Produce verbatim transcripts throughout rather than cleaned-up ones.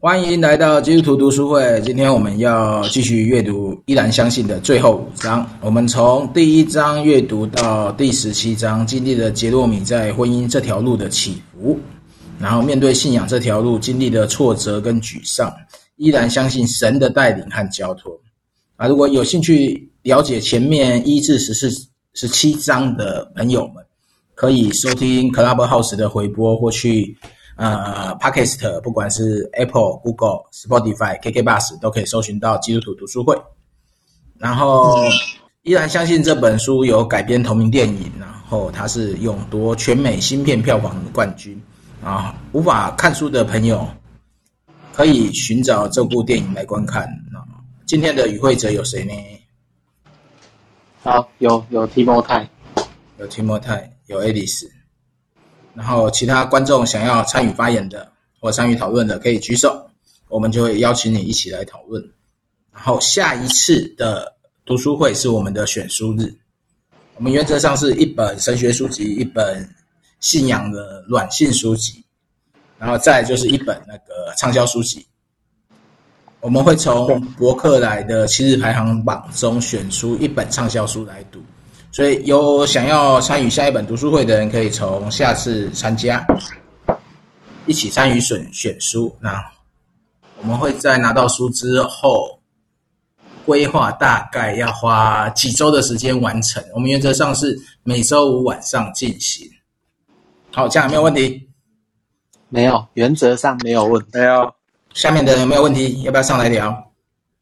欢迎来到基督徒读书会。今天我们要继续阅读《依然相信》的最后五章。我们从第一章阅读到第十七章，经历了杰洛米在婚姻这条路的起伏，然后面对信仰这条路经历了挫折跟沮丧，依然相信神的带领和交托。啊，如果有兴趣了解前面一至十四、十七章的朋友们，可以收听 Clubhouse 的回播，或去呃 Podcast， 不管是 Apple、Google、Spotify、K K B O X 都可以搜寻到基督徒读书会。然后依然相信这本书有改编同名电影，然后它是勇夺全美新片票房的冠军啊！无法看书的朋友可以寻找这部电影来观看。今天的与会者有谁呢？ 好，有有提摩太， 有提摩太，有 Alice。然后其他观众想要参与发言的或参与讨论的可以举手，我们就会邀请你一起来讨论。然后下一次的读书会是我们的选书日，我们原则上是一本神学书籍，一本信仰的软性书籍，然后再来就是一本那个畅销书籍。我们会从博客来的七日排行榜中选出一本畅销书来读，所以有想要参与下一本读书会的人，可以从下次参加，一起参与选选书。那我们会在拿到书之后，规划大概要花几周的时间完成。我们原则上是每周五晚上进行。好，这样有没有问题？ 没有，原则上没有问题。 没有。 下面的人有没有问题？要不要上来聊？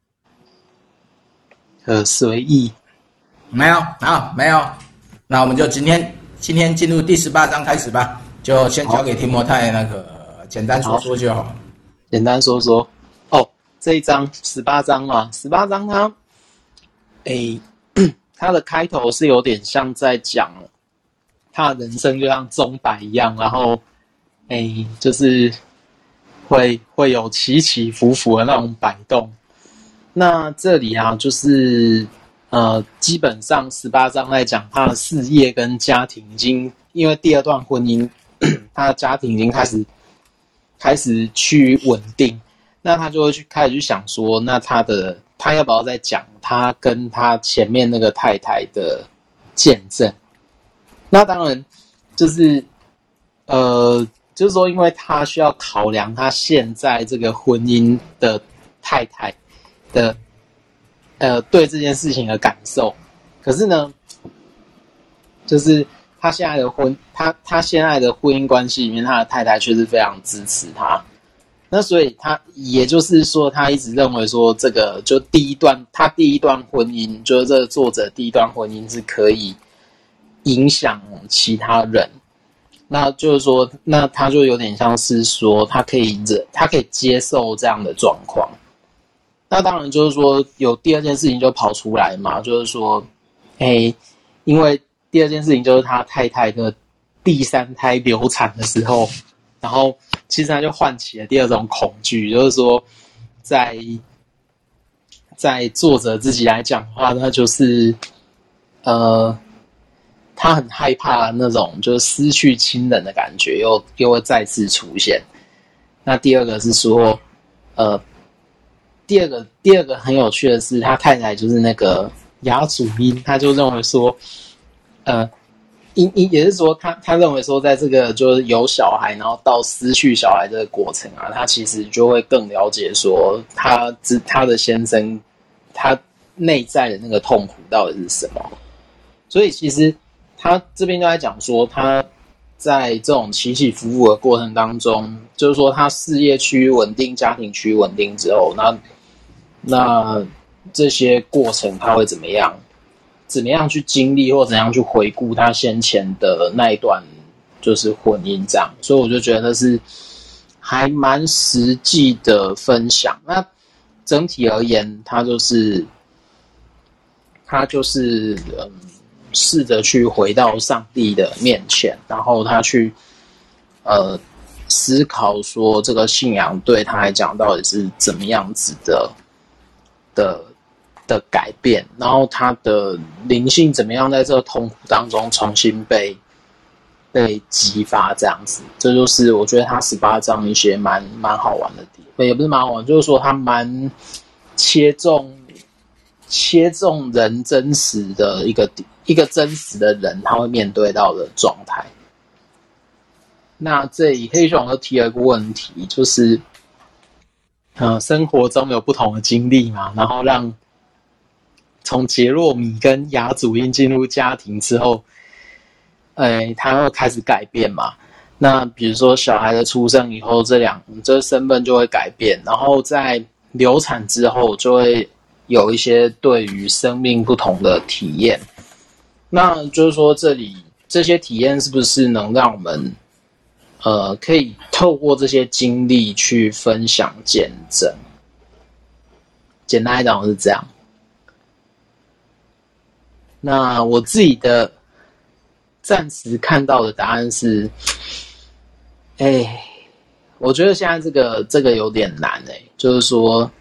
呃，随意。 没有，好，没有。那我们就今天今天进入第十八章开始吧，就先交给提摩太那个简单说说就好。 简单说说。哦，这一章十八章嘛，十八章它，诶，它的开头是有点像在讲他的人生就像钟摆一样，然后，诶，就是会会有起起伏伏的那种摆动。那这里啊，就是呃，基本上十八章在讲他的事业跟家庭已经，因为第二段婚姻，他的家庭已经开始开始趋稳定，那他就会去开始去想说，那他的他要不要再讲他跟他前面那个太太的见证？那当然就是呃。就是说，因为他需要考量他现在这个婚姻的太太的呃对这件事情的感受，可是呢，就是他现在的婚他他现在的婚姻关系里面，他的太太却是非常支持他。那所以他也就是说，他一直认为说，这个就第一段他第一段婚姻，就是这个作者第一段婚姻是可以影响其他人。那就是说，那他就有点像是说，他可以忍，他可以接受这样的状况。那当然就是说，有第二件事情就跑出来嘛，就是说，哎，因为第二件事情就是他太太的第三胎流产的时候，然后其实他就唤起了第二种恐惧，就是说，在在作者自己来讲的话，那就是呃。他很害怕那种就是失去亲人的感觉又又会再次出现。那第二个是说，呃，第二个第二个很有趣的是，他太太就是那个雅祖因，他就认为说，呃，因因也是说他他认为说，在这个就是有小孩，然后到失去小孩这个过程啊，他其实就会更了解说他他的先生他内在的那个痛苦到底是什么。所以其实。他这边就在讲说，他在这种起起伏伏的过程当中，就是说他事业趋于稳定，家庭趋于稳定之后，那那这些过程他会怎么样？怎么样去经历，或怎样去回顾他先前的那一段就是婚姻这样？所以我就觉得是还蛮实际的分享。那整体而言，他就是他就是嗯。试着去回到上帝的面前，然后他去呃思考说这个信仰对他来讲到底是怎么样子的的的改变，然后他的灵性怎么样在这个痛苦当中重新被被激发这样子。这就是我觉得他十八章一些蛮蛮好玩的地方，也不是蛮好玩，就是说他蛮切中切中人真实的一个一个真实的人他会面对到的状态。那这里黑熊又提了一个问题，就是呃，生活中有不同的经历嘛，然后让从杰洛米跟雅祖因进入家庭之后，哎，他会开始改变嘛。那比如说小孩的出生以后，这两这身份就会改变，然后在流产之后就会有一些对于生命不同的体验。那就是说，这里这些体验是不是能让我们呃可以透过这些经历去分享见证？简单来讲是这样。那我自己的暂时看到的答案是，哎，我觉得现在这个这个有点难哎，就是说，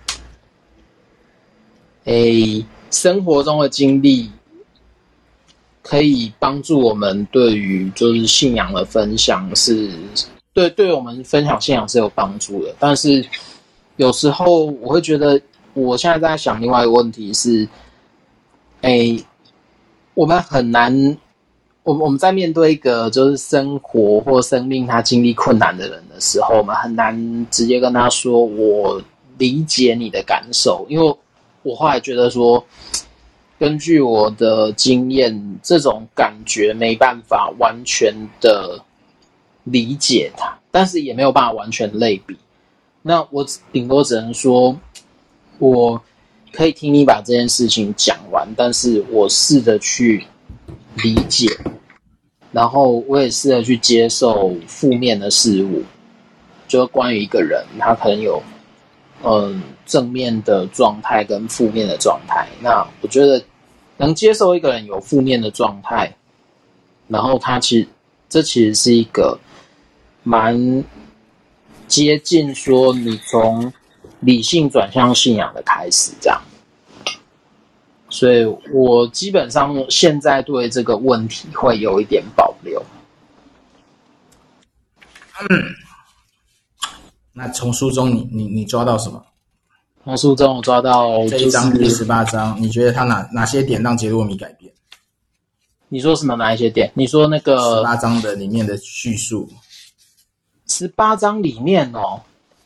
哎，生活中的经历可以帮助我们对于就是信仰的分享是，对对我们分享信仰是有帮助的，但是有时候我会觉得，我现在在想另外一个问题是，哎。我们很难，我们我们在面对一个就是生活或生命他经历困难的人的时候，我们很难直接跟他说我理解你的感受，因为我后来觉得说，根据我的经验，这种感觉没办法完全的理解它，但是也没有办法完全类比。那我顶多只能说，我可以听你把这件事情讲完，但是我试着去理解，然后我也试着去接受负面的事物，就关于一个人他可能有嗯正面的状态跟负面的状态。那我觉得能接受一个人有负面的状态，然后他其实这其实是一个蛮接近说你从理性转向信仰的开始，这样。所以我基本上现在对这个问题会有一点保留。 嗯，那从书中你你你抓到什么？ 从书中我抓到、就是、 这一章第十八章，你觉得他哪哪些点让杰洛米改变？ 你说什么？哪一些点？你说那个十八章的里面的叙述。 十八章里面哦。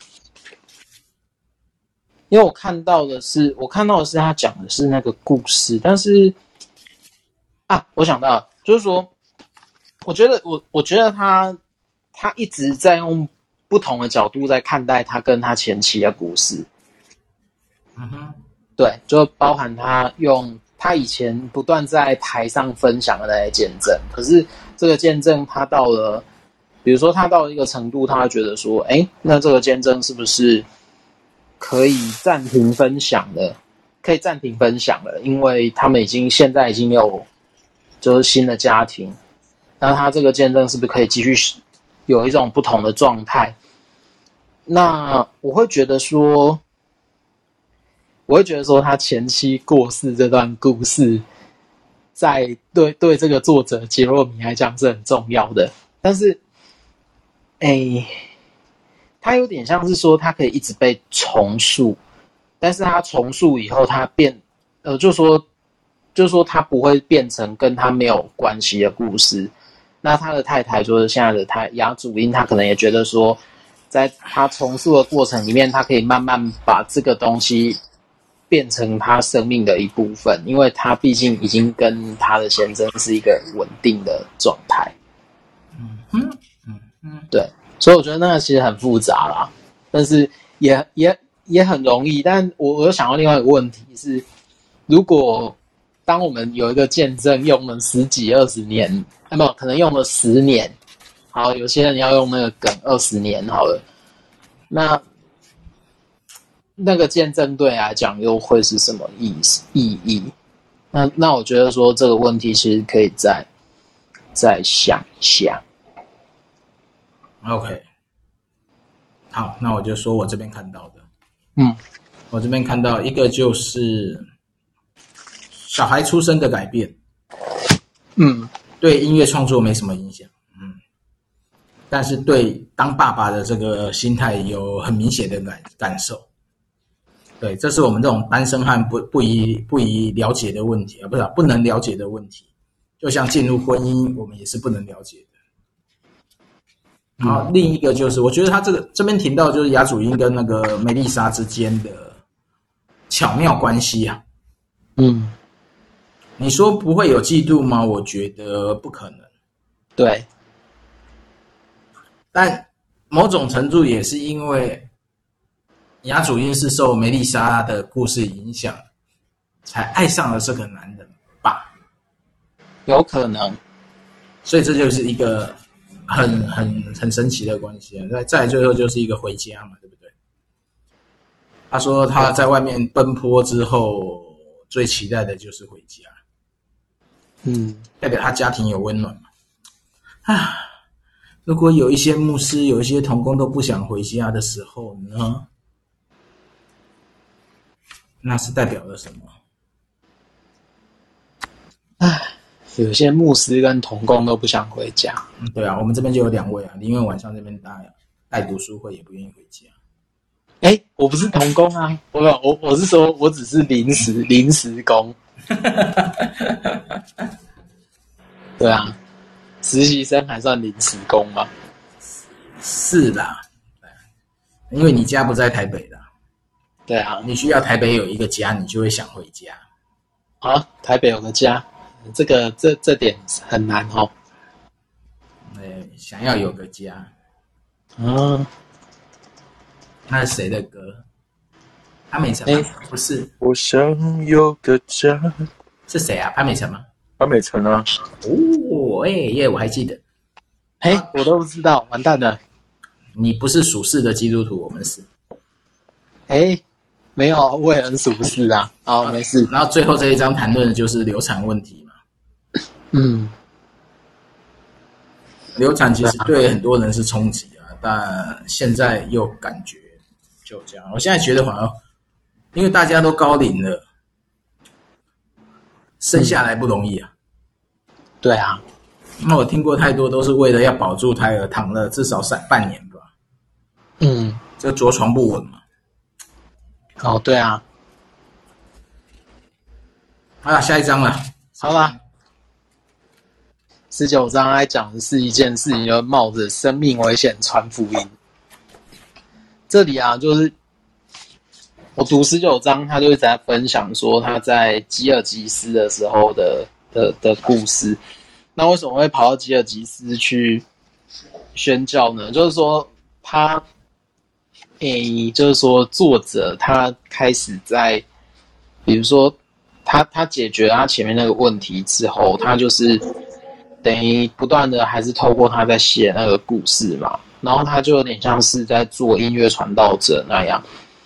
因为我看到的是，我看到的是他讲的是那个故事，但是啊，我想到了，就是说，我觉得我我觉得他他一直在用不同的角度在看待他跟他前妻的故事。 嗯哼， 对，就包含他用他以前不断在台上分享的那些见证，可是这个见证他到了，比如说他到了一个程度，他会觉得说，哎，那这个见证是不是可以暂停分享了，可以暂停分享了，因为他们已经现在已经有就是新的家庭，那他这个见证是不是可以继续有一种不同的状态？那我会觉得说，我会觉得说他前妻过世这段故事，在对对这个作者杰洛米来讲是很重要的，但是，哎。它有点像是说，它可以一直被重述，但是它重述以后，它变，呃，就说，就说它不会变成跟他没有关系的故事。那他的太太，就是现在的他雅祖因，他可能也觉得说，在他重述的过程里面，他可以慢慢把这个东西变成他生命的一部分，因为他毕竟已经跟他的先生是一个稳定的状态。 嗯嗯嗯嗯， 对。所以我觉得那个其实很复杂啦，但是也也也很容易。但我我又想到另外一个问题是，如果当我们有一个见证用了十几二十年，那么可能用了十年，好，有些人要用那个梗二十年好了，那那个见证对来讲又会是什么意思意义？那那我觉得说这个问题其实可以再再想一下。 OK， 好，那我就说我这边看到的。 嗯， 我这边看到一个就是小孩出生的改变， 嗯， 对音乐创作没什么影响。嗯， 但是对当爸爸的这个心态有很明显的感感受。对，这是我们这种单身汉不不宜不宜了解的问题啊，不是、啊、不能了解的问题。就像进入婚姻，我们也是不能了解的。然后另一个就是，我觉得他这个这边提到就是雅祖英跟那个梅丽莎之间的巧妙关系啊。 嗯， 你说不会有嫉妒吗？我觉得不可能。 对。 但某种程度也是因为雅祖英是受梅丽莎的故事影响，才爱上了这个男人吧？ 有可能。 所以这就是一个很很很神奇的关系啊！再再最后就是一个回家嘛，对不对？他说他在外面奔波之后，最期待的就是回家。 嗯， 代表他家庭有温暖嘛？啊，如果有一些牧师、有一些同工都不想回家的时候呢？那是代表了什么？ 唉，有些牧师跟同工都不想回家。 嗯，对啊，我们这边就有两位啊，宁愿晚上这边带带读书会，也不愿意回家。 哎，我不是同工啊，我我我是说我只是临时临时工。对啊，实习生还算临时工吗？ 是啦，因为你家不在台北啦。 对啊， 你需要台北有一个家，你就会想回家。 啊，台北有个家，这个这这点很难哦。 对，想要有个家。 嗯， 那是谁的歌？潘美辰吗？不是， 我想有个家。 是谁啊？潘美辰吗？ 潘美辰啊。 哦，哎耶，我还记得。 哎，我都不知道，完蛋了。 你不是属世的基督徒，我们是。 哎，没有，我也很属世啊。好，没事。 然后最后这一章谈论的就是流产问题嘛。 嗯， 流产其实对很多人是冲击啊，但现在又感觉就这样。我现在觉得好像，因为大家都高龄了，生下来不容易啊。 对啊。 那我听过太多都是为了要保住胎儿躺了至少三半年吧。 嗯， 这着床不稳嘛。 哦，对啊。 好了，下一章了。 好啦，十九章来讲的是一件事情，就冒着生命危险传福音。这里啊，就是我读十九章，他就一直在分享说他在吉尔吉斯的时候的的的故事。那为什么会跑到吉尔吉斯去宣教呢？就是说他，诶，就是说作者他开始在，比如说他他解决了他前面那个问题之后，他就是等于不断的还是透过他在写那个故事嘛，然后他就有点像是在做音乐传道者那样。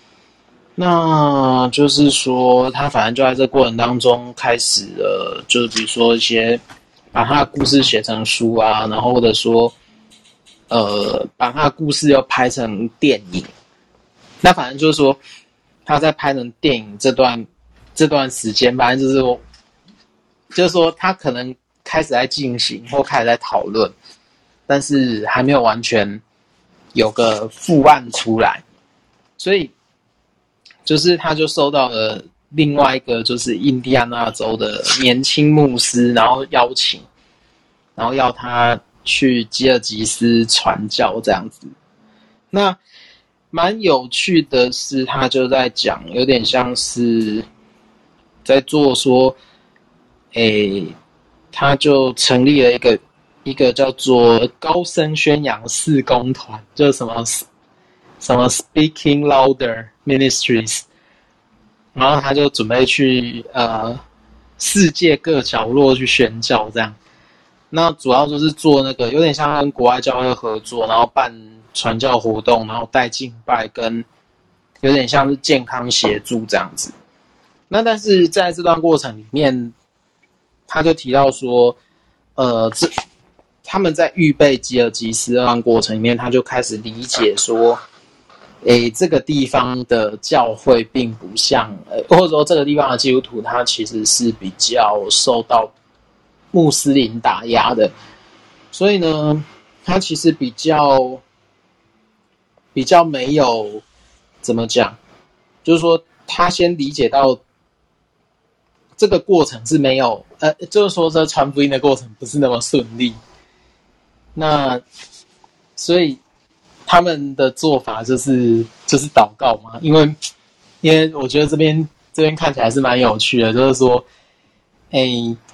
那就是说他反正就在这过程当中开始了，就是比如说一些把他的故事写成书啊，然后或者说呃把他的故事又拍成电影。那反正就是说他在拍成电影这段这段时间，反正就是说就是说他可能开始在进行或开始在讨论，但是还没有完全有个副案出来，所以就是他就收到了另外一个就是印第安纳州的年轻牧师，然后邀请，然后要他去吉尔吉斯传教这样子。那蛮有趣的是，他就在讲，有点像是在做说，诶，他就成立了一个一个叫做高声宣扬事工团，就是什么什么 Speaking Louder Ministries， 然后他就准备去呃世界各角落去宣教这样。那主要就是做那个有点像跟国外教会合作，然后办传教活动，然后带敬拜，跟有点像是健康协助这样子。那但是在这段过程里面，他就提到说，呃，这他们在预备吉尔吉斯这段过程里面，他就开始理解说，诶，这个地方的教会并不像，呃，或者说这个地方的基督徒，他其实是比较受到穆斯林打压的，所以呢， 他其实比较比较没有怎么讲，就是说他先理解到这个过程是没有，呃，就是说这传福音的过程不是那么顺利。那所以他们的做法就是就是祷告嘛，因为因为我觉得这边这边看起来是蛮有趣的，就是说，哎，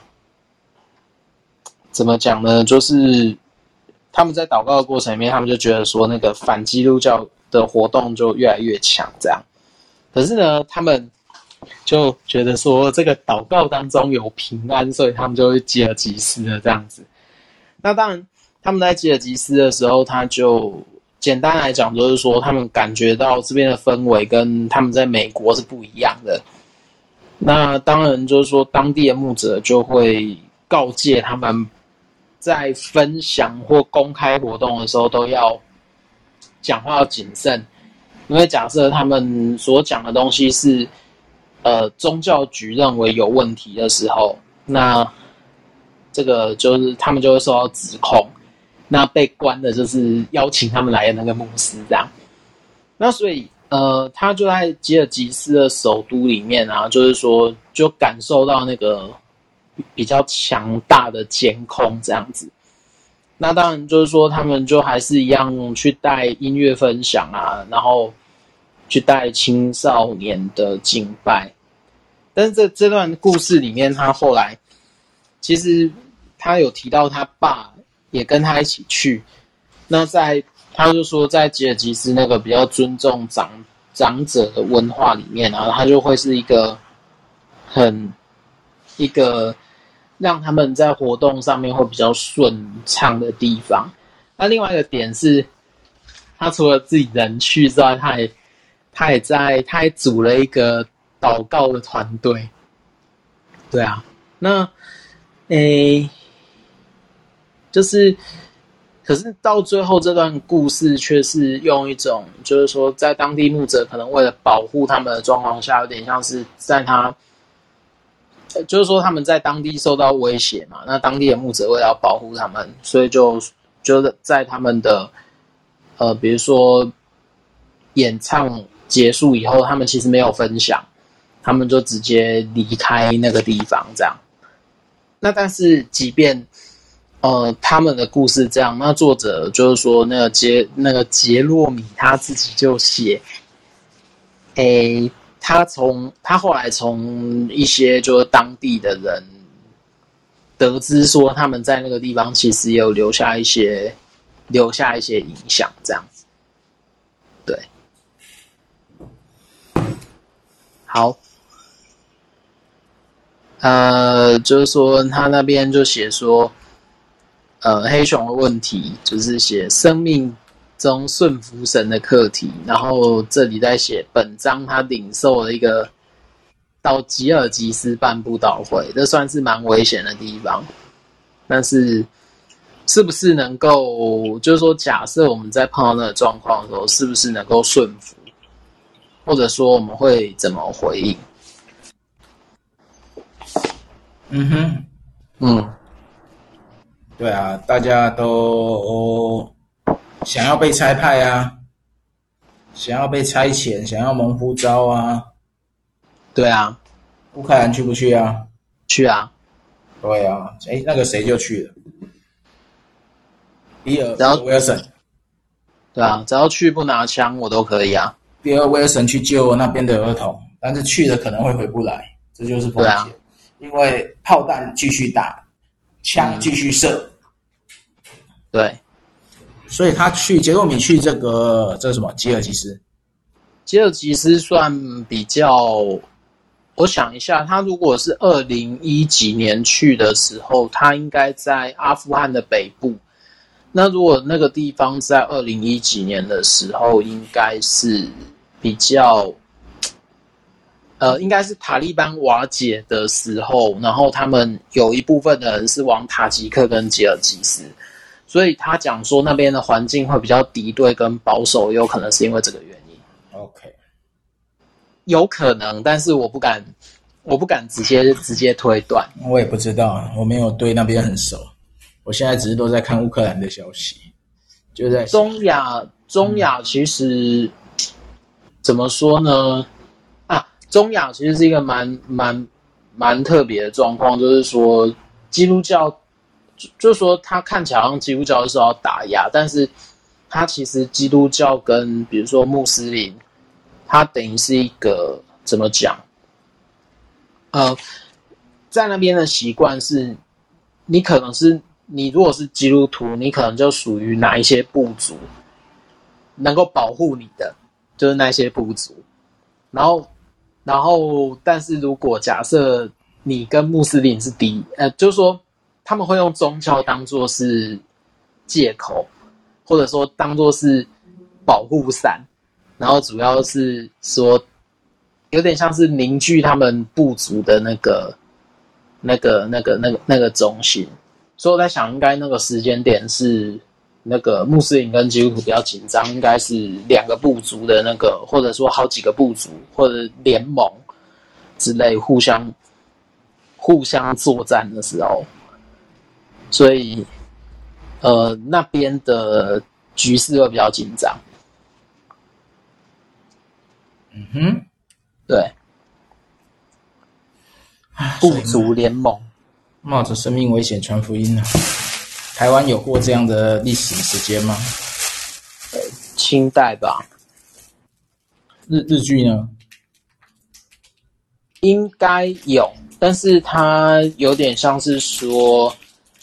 怎么讲呢？就是他们在祷告的过程里面，他们就觉得说那个反基督教的活动就越来越强，这样。可是呢，他们就觉得说这个祷告当中有平安，所以他们就会吉尔吉斯的这样子。那当然，他们在吉尔吉斯的时候，他就简单来讲，就是说他们感觉到这边的氛围跟他们在美国是不一样的。那当然就是说，当地的牧者就会告诫他们，在分享或公开活动的时候，都要讲话要谨慎，因为假设他们所讲的东西是呃宗教局认为有问题的时候，那这个就是他们就会受到指控。那被关的就是邀请他们来的那个牧师这样。那所以呃，他就在吉尔吉斯的首都里面啊，就是说就感受到那个比较强大的监控这样子。那当然就是说他们就还是一样去带音乐分享啊，然后去带青少年的敬拜。但是这这段故事里面，他后来其实他有提到他爸也跟他一起去。那在他就说，在吉尔吉斯那个比较尊重长长者的文化里面啊，他就会是一个很一个让他们在活动上面会比较顺畅的地方。那另外一个点是，他除了自己人去之外，他也他也在他也组了一个祷告的团队。对啊，那诶。就是，可是到最后这段故事却是用一种，就是说，在当地牧者可能为了保护他们的状况下，有点像是在他，就是说他们在当地受到威胁嘛，那当地的牧者为了要保护他们，所以就就在他们的呃，比如说演唱结束以后，他们其实没有分享，他们就直接离开那个地方，这样。那但是即便呃，他们的故事这样，那作者就是说，那个杰那个杰洛米他自己就写，诶，他从他后来从一些就是当地的人得知说，他们在那个地方其实也有留下一些留下一些影响，这样子。对，好，呃，就是说他那边就写说。呃，黑熊的问题就是写生命中顺服神的课题，然后这里在写本章他领受了一个到吉尔吉斯办布道会，这算是蛮危险的地方。但是是不是能够，就是说假设我们在碰到那个状况的时候，是不是能够顺服，或者说我们会怎么回应？ 嗯哼， 嗯。 对啊，大家都想要被差派啊，想要被差遣，想要蒙呼召啊。 对啊， 乌克兰去不去啊？ 去啊。 对啊，哎，那个谁就去了，比尔威尔森。 对啊，只要去不拿枪，我都可以啊。 比尔威尔森去救那边的儿童，但是去了可能会回不来，这就是风险。啊、因为炮弹继续打，枪继续射。嗯对， 所以他去杰洛米去这个这个什么吉尔吉斯， 吉尔吉斯算比较，我想一下，他如果是二零一几年去的时候，他应该在阿富汗的北部。那如果那个地方在二零一几年的时候，应该是比较，呃，应该是塔利班瓦解的时候，然后他们有一部分的人是往塔吉克跟吉尔吉斯。所以他讲说那边的环境会比较敌对跟保守，有可能是因为这个原因。 OK， 有可能，但是我不敢，我不敢直接直接推断。 我也不知道，我没有对那边很熟。我现在只是都在看乌克兰的消息。 就在中亚，中亚其实、嗯、怎么说呢？啊，中亚其实是一个蛮蛮蛮特别的状况，就是说基督教，就是说它看起来好像基督教是要打压，但是它其实基督教跟比如说穆斯林，它等于是一个怎么讲？呃，在那边的习惯是，你可能是你如果是基督徒，你可能就属于哪一些部族，能够保护你的就是那些部族，然后，然后，但是如果假设你跟穆斯林是敌，呃，就是说他们会用宗教当作是借口，或者说当作是保护伞，然后主要是说。有点像是凝聚他们部族的那个、那个、那个、那个、那个中心，所以我在想，应该那个时间点是那个穆斯林跟基督徒比较紧张，应该是两个部族的那个，或者说好几个部族或者联盟之类互相互相作战的时候，所以呃那边的局势会比较紧张。 嗯哼。 对，部族联盟冒着生命危险传福音啊！台湾有过这样的历史时间吗？ 呃，清代吧。 日日剧呢？ 应该有，但是它有点像是说，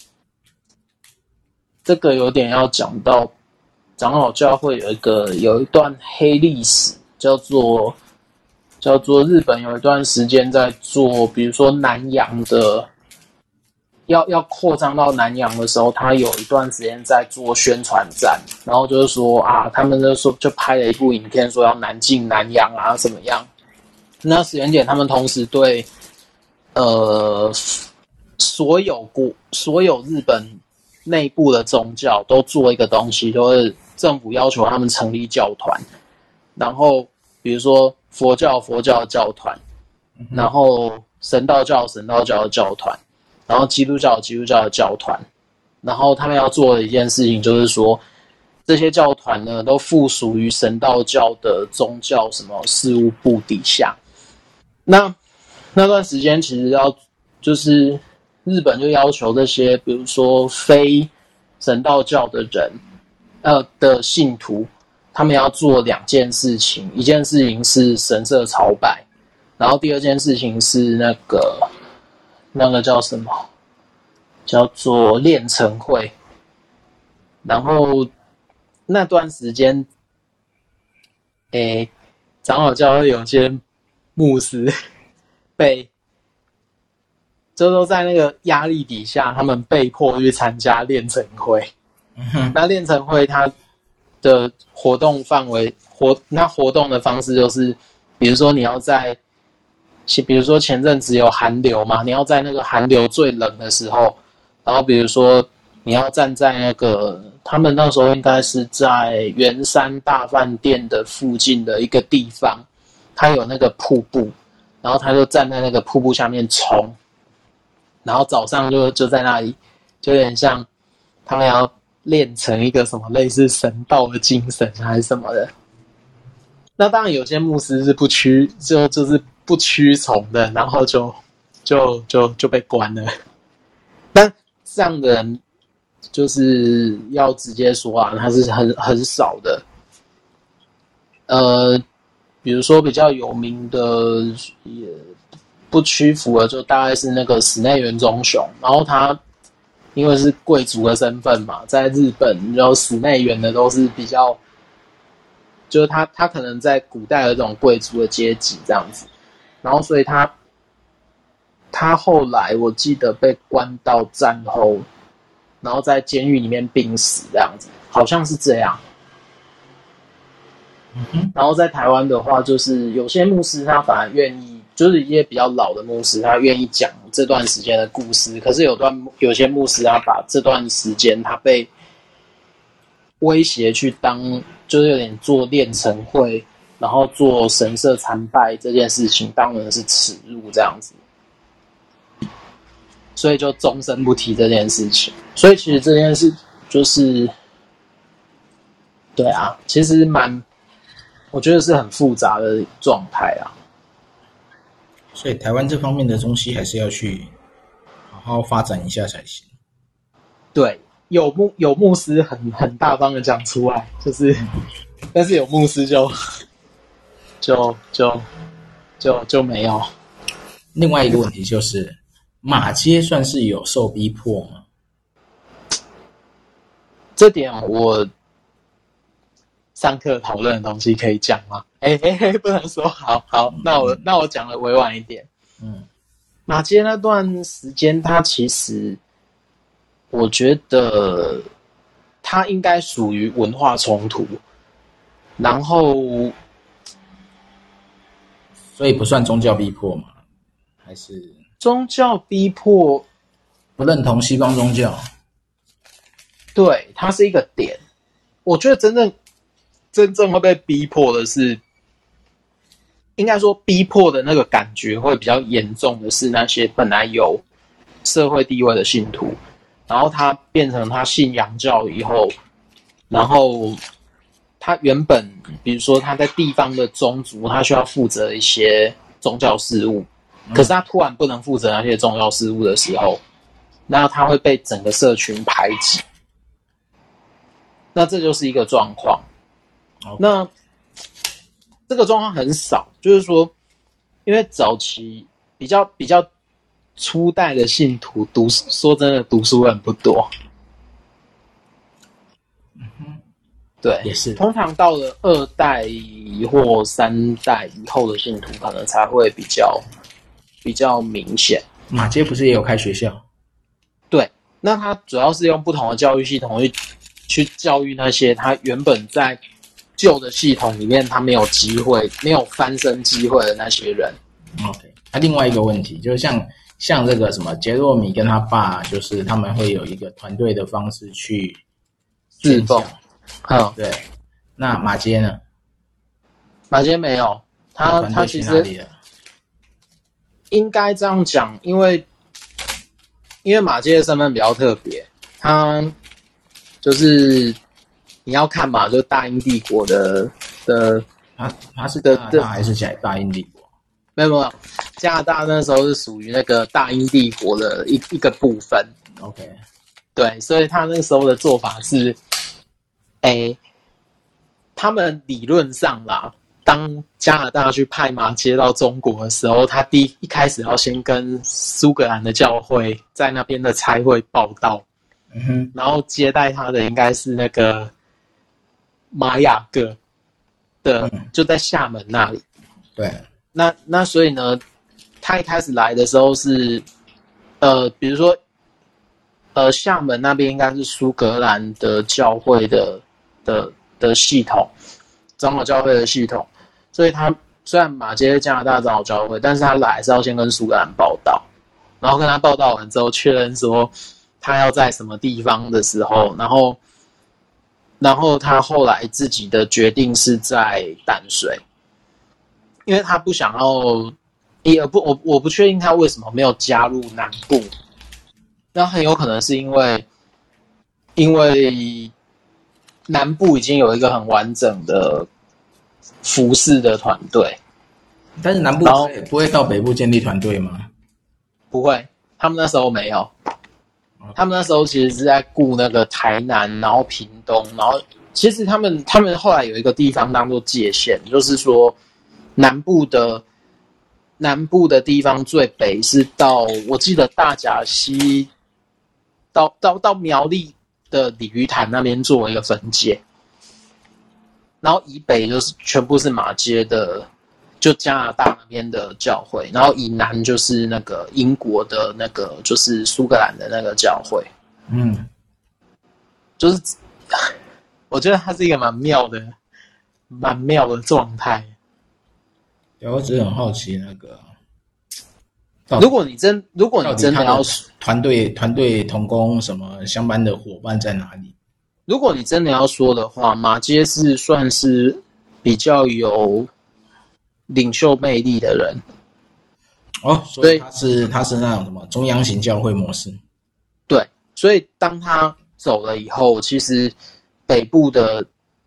这个有点要讲到长老教会有一个有一段黑历史，叫做。叫做日本有一段时间在做，比如说南洋的，要要扩张到南洋的时候，他有一段时间在做宣传战，然后就是说啊，他们就说就拍了一部影片，说要南进南洋啊，怎么样？那时间点，他们同时对呃所有国所有日本内部的宗教都做一个东西，就是政府要求他们成立教团，然后比如说。佛教佛教的教团，然后神道教神道教的教团，然后基督教基督教的教团，然后他们要做的一件事情就是说，这些教团呢都附属于神道教的宗教什么事务部底下。那那段时间其实要就是日本就要求这些，比如说非神道教的人，呃的信徒。他们要做两件事情，一件事情是神社朝拜，然后第二件事情是那个那个叫什么，叫做炼成会。然后那段时间，诶，长老教会有些牧师被，就都在那个压力底下，他们被迫去参加炼成会。嗯、那炼成会它。的活动范围活，那活动的方式就是，比如说你要在，比如说前阵子有寒流嘛，你要在那个寒流最冷的时候，然后比如说你要站在那个，他们那时候应该是在圆山大饭店的附近的一个地方，它有那个瀑布，然后他就站在那个瀑布下面冲，然后早上就就在那里，就有点像他们要。练成一个什么类似神道的精神还是什么的，那当然有些牧师是不屈，就就是不屈从的，然后就就就就被关了。但这样的人就是要直接说啊，他是很很少的。呃，比如说比较有名的也不屈服的，就大概是那个室内元忠雄，然后他。因为是贵族的身份嘛，在日本，然后室内员的都是比较，就是他他可能在古代的这种贵族的阶级这样子，然后所以他他后来我记得被关到战后，然后在监狱里面病死这样子，好像是这样。嗯、然后在台湾的话，就是有些牧师他反而愿意，就是一些比较老的牧师，他愿意讲这段时间的故事。可是有段有些牧师他把这段时间他被威胁去当，就是有点做炼成会，然后做神社参拜这件事情，当然是耻辱这样子。所以就终身不提这件事情。所以其实这件事就是对啊，其实蛮，我觉得是很复杂的状态啊。 所以台湾这方面的东西还是要去好好发展一下才行。 对，有牧有牧师很很大方的讲出来，就是，嗯、但是有牧师就就就就就没有。 另外一个问题就是，马街算是有受逼迫吗？ 这点我上课讨论的东西可以讲吗？哎哎哎，不能说。好好，那我那我讲的委婉一点。嗯，马街那段时间，它其实我觉得它应该属于文化冲突，然后所以不算宗教逼迫吗？还是宗教逼迫？ 不认同西方宗教？ 对，它是一个点。我觉得真正真正会被逼迫的是，应该说逼迫的那个感觉会比较严重的是那些本来有社会地位的信徒，然后他变成他信洋教以后，然后他原本比如说他在地方的宗族，他需要负责一些宗教事务，可是他突然不能负责那些宗教事务的时候，那他会被整个社群排挤。那这就是一个状况。Okay. 那这个状况很少，就是说，因为早期比较比较初代的信徒读，说真的，读书人不多。嗯哼，对， 也是。 通常到了二代或三代以后的信徒，可能才会比较比较明显。 马街不是也有开学校？ 对，那他主要是用不同的教育系统去。去教育那些他原本在旧的系统里面他没有机会、没有翻身机会的那些人。 OK， 那、啊、另外一个问题就是像像这个什么杰洛米跟他爸，就是他们会有一个团队的方式去侍奉。 嗯，对。那马街呢？ 马街没有，他他其实应该这样讲，因为因为马街的身份比较特别，他。就是你要看嘛，就大英帝国的的， 他他是加拿大还是大英帝国？ 没有没有，加拿大那时候是属于那个大英帝国的一一个部分。 OK， 对，所以他那时候的做法是，哎，他们理论上啦，当加拿大去派马街到中国的时候，他第一一开始要先跟苏格兰的教会在那边的差会报道。嗯哼，然后接待他的应该是那个玛雅各的，嗯、就在厦门那里。 对， 那那所以呢，他一开始来的时候是，呃，比如说，呃，厦门那边应该是苏格兰的教会的的的系统，长老教会的系统，所以他虽然马街加拿大长老教会，但是他来是要先跟苏格兰报道，然后跟他报道完之后确认说。他要在什么地方的时候，然后，然后他后来自己的决定是在淡水，因为他不想要，也不我我不确定他为什么没有加入南部，那很有可能是因为，因为南部已经有一个很完整的服侍的团队， 但是南部不会到北部建立团队吗？ 不会，他们那时候没有。他们那时候其实是在顾那个台南，然后屏东，然后其实他们他们后来有一个地方当做界限，就是说南部的南部的地方最北是到我记得大甲溪，到到到苗栗的鲤鱼潭那边做一个分界，然后以北就是全部是马街的。就加拿大那边的教会，然后以南就是那个英国的那个，就是苏格兰的那个教会。嗯，就是我觉得它是一个蛮妙的、蛮妙的状态。 对，我只是很好奇那个， 如果你真如果你真的要团队团队同工什么相班的伙伴在哪里？ 如果你真的要说的话，马街是算是比较有。领袖魅力的人哦，所以他是他是那种什么中央型教会模式， 对，所以当他走了以后，其实北部的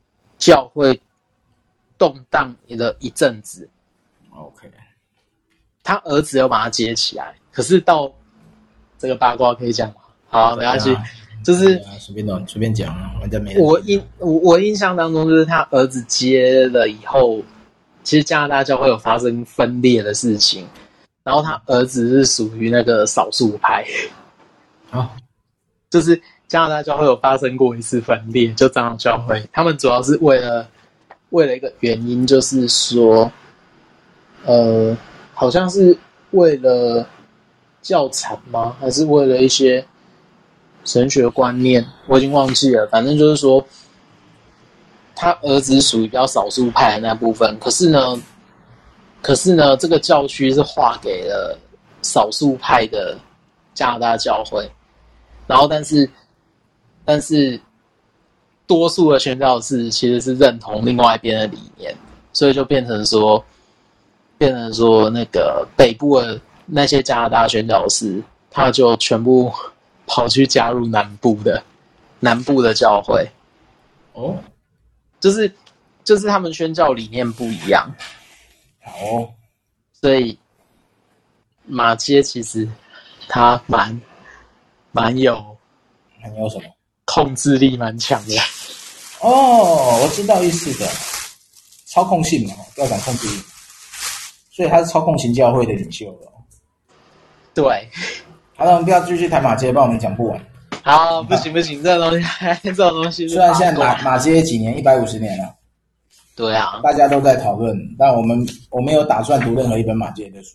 教会动荡了一阵子。 OK， 他儿子又把他接起来，可是到这个八卦可以讲吗？好，没关系，啊、就是随便讲，随便讲啊，反正没。 我印我我印象当中，就是他儿子接了以后，其实加拿大教会有发生分裂的事情，然后他儿子是属于那个少数派， 哦， 就是加拿大教会有发生过一次分裂，就长老教会，他们主要是为了为了一个原因，就是说，呃，好像是为了教产吗？还是为了一些神学观念？我已经忘记了。反正就是说，他儿子属于比较少数派的那部分，可是呢，可是呢，这个教区是划给了少数派的加拿大教会，然后但是但是多数的宣教士其实是认同另外一边的理念，所以就变成说，变成说那个北部的那些加拿大宣教士，他就全部跑去加入南部的南部的教会。 哦， 就是就是他们宣教理念不一样。 哦， 所以马街其实他蛮蛮有还有什么控制力蛮强的。 哦，我知道意思的，操控性嘛，调转控制力，所以他是操控型教会的领袖了。 对， 好了，我们不要继续谈马街，不然我们讲不完。 好，不行不行，这种东西，这种东西。 虽然现在马马街几年，一百五十年了。 对啊， 大家都在讨论，但我们我没有打算读任何一本马街的书。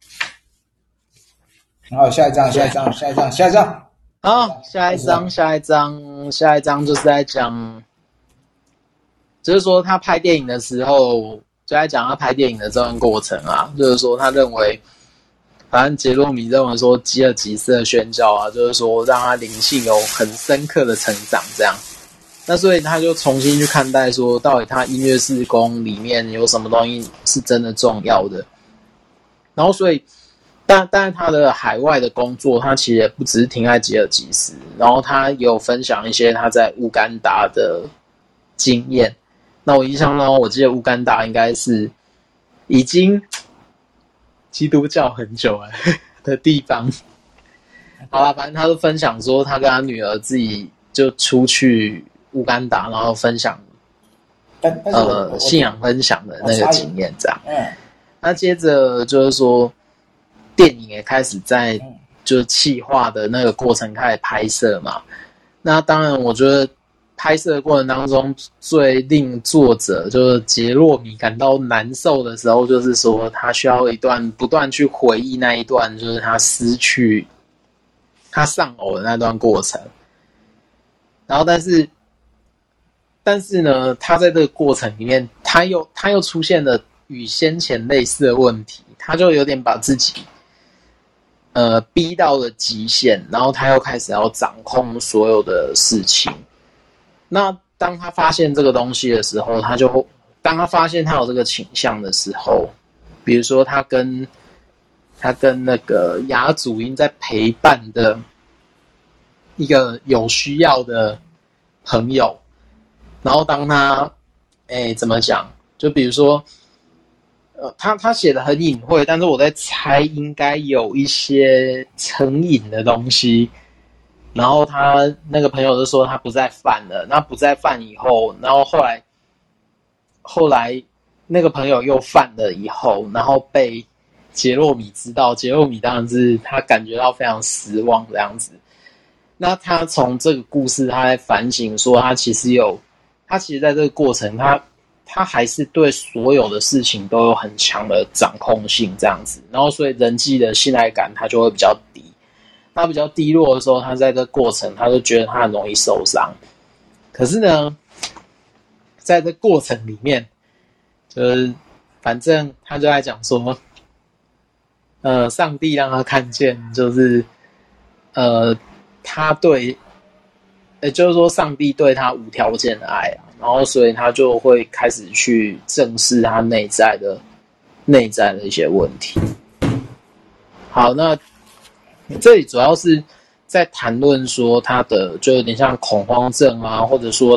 然后下一章，下一章，下一章，下一章。 好，下一章，下一章，下一章就是在讲，就是说他拍电影的时候，就在讲他拍电影的这段过程啊，就是说他认为。反正杰洛米认为说吉尔吉斯的宣教啊，就是说让他灵性有很深刻的成长这样。那所以他就重新去看待说，到底他音乐事工里面有什么东西是真的重要的。然后所以，但但是他的海外的工作，他其实也不只是停在吉尔吉斯，然后他也有分享一些他在乌干达的经验。那我印象中，我记得乌干达应该是已经基督教很久了的地方。好啦，反正他就分享说，他跟他女儿自己就出去乌干达，然后分享呃信仰分享的那个经验，这样。嗯。那接着就是说，电影也开始在就是企划的那个过程开始拍摄嘛。那当然，我觉得拍摄的过程当中，最令作者就是杰洛米感到难受的时候，就是说他需要一段不断去回忆那一段，就是他失去他丧偶的那段过程。然后，但是，但是呢，他在这个过程里面，他又他又出现了与先前类似的问题，他就有点把自己呃逼到了极限，然后他又开始要掌控所有的事情。那当他发现这个东西的时候，他就当他发现他有这个倾向的时候，比如说他跟他跟那个雅祖因在陪伴的一个有需要的朋友，然后当他哎怎么讲，就比如说呃他他写的很隐晦，但是我在猜应该有一些成瘾的东西。然后他那个朋友就说他不再犯了，那不再犯以后，然后后来后来那个朋友又犯了以后，然后被杰洛米知道，杰洛米当然是他感觉到非常失望这样子。那他从这个故事他在反省说，他其实有他其实在这个过程他他还是对所有的事情都有很强的掌控性这样子，然后所以人际的信赖感他就会比较低。他比较低落的时候，他在这个过程，他就觉得他很容易受伤。可是呢，在这过程里面，就是反正他就在讲说，呃，上帝让他看见，就是呃，他对，也就是说，上帝对他无条件的爱啊，然后所以他就会开始去正视他内在的内在的一些问题。好，那。这里主要是在谈论说他的就有点像恐慌症啊，或者说他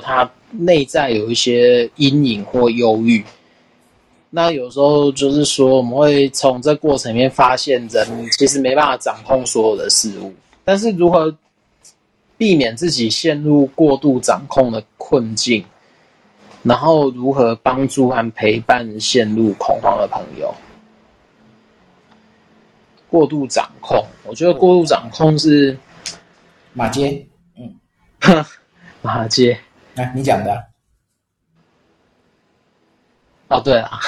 内在有一些阴影或忧郁。那有时候就是说，我们会从这过程里面发现，人其实没办法掌控所有的事物，但是如何避免自己陷入过度掌控的困境，然后如何帮助和陪伴陷入恐慌的朋友。过度掌控，我觉得过度掌控是马街，嗯， 马街， 啊，你讲的、啊。 哦，对了，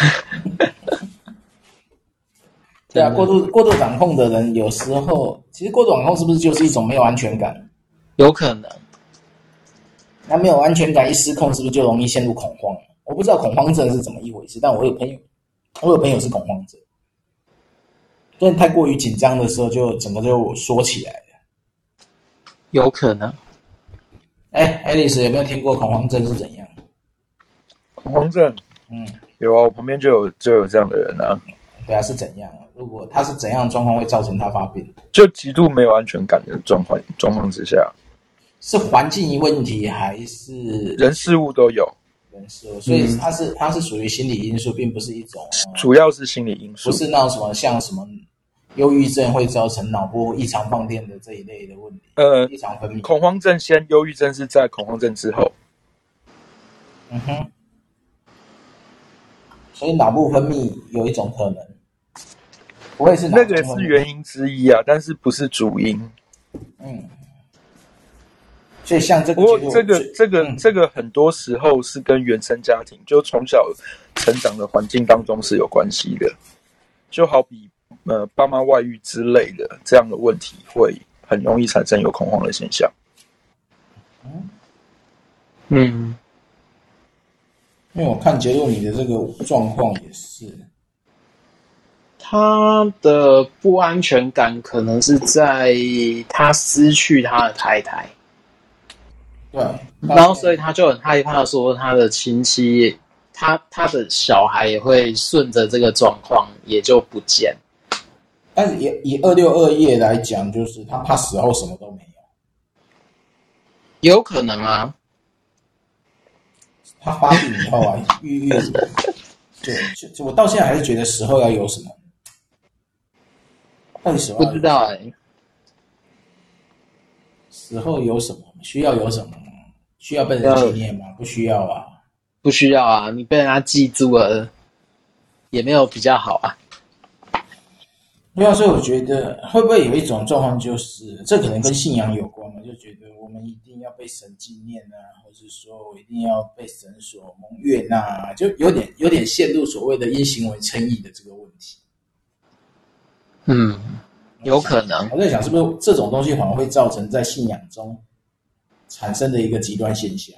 对啊，过度过度掌控的人，有时候其实过度掌控是不是就是一种没有安全感？ 有可能。 那没有安全感一失控，是不是就容易陷入恐慌？我不知道恐慌症是怎么一回事，但我有朋友，我有朋友是恐慌症，但太过于紧张的时候，就整个就缩起来了。 有可能。 哎，爱丽丝有没有听过恐慌症是怎样？ 恐慌症， 嗯， 有啊，我旁边就有就有这样的人啊。 对啊，是怎样？如果他是怎样的状况会造成他发病？ 就极度没有安全感的状况状况之下， 是环境问题还是人事物都有？ 人事物，所以它是它是属于心理因素，并不是一种、呃、 主要是心理因素， 不是那种什么像什么忧郁症会造成脑部异常放电的这一类的问题。 呃， 异常分泌。 恐慌症先，忧郁症是在恐慌症之后。 嗯哼。所以脑部分泌有一种可能，不会是脑那个是原因之一啊，但是不是主因。 嗯。所以像这个， 不过这个这个、嗯、这个很多时候是跟原生家庭，就从小成长的环境当中是有关系的。就好比呃爸妈外遇之类的这样的问题，会很容易产生有恐慌的现象。 嗯。 嗯。 因为我看杰洛米的这个状况也是， 他的不安全感可能是在他失去他的太太。 对， 然后所以他就很害怕说他的亲戚，他他的小孩也会顺着这个状况也就不见。 但是以以二六二页来讲，就是他怕死后什么都没有，有可能啊。 他发病以后啊，郁郁，对，就我到现在还是觉得死后要有什么，到底死后不知道哎、欸， 死后有什么？需要有什么？需要被人纪念吗？不需要啊， 不需要啊，你被人家记住了，也没有比较好啊。 对啊，所以我觉得会不会有一种状况，就是这可能跟信仰有关嘛？就觉得我们一定要被神纪念啊，或是说我一定要被神所蒙悦纳啊，就有点有点陷入所谓的因行为称义的这个问题。 嗯，有可能。 我在想，是不是这种东西反而会造成在信仰中产生的一个极端现象？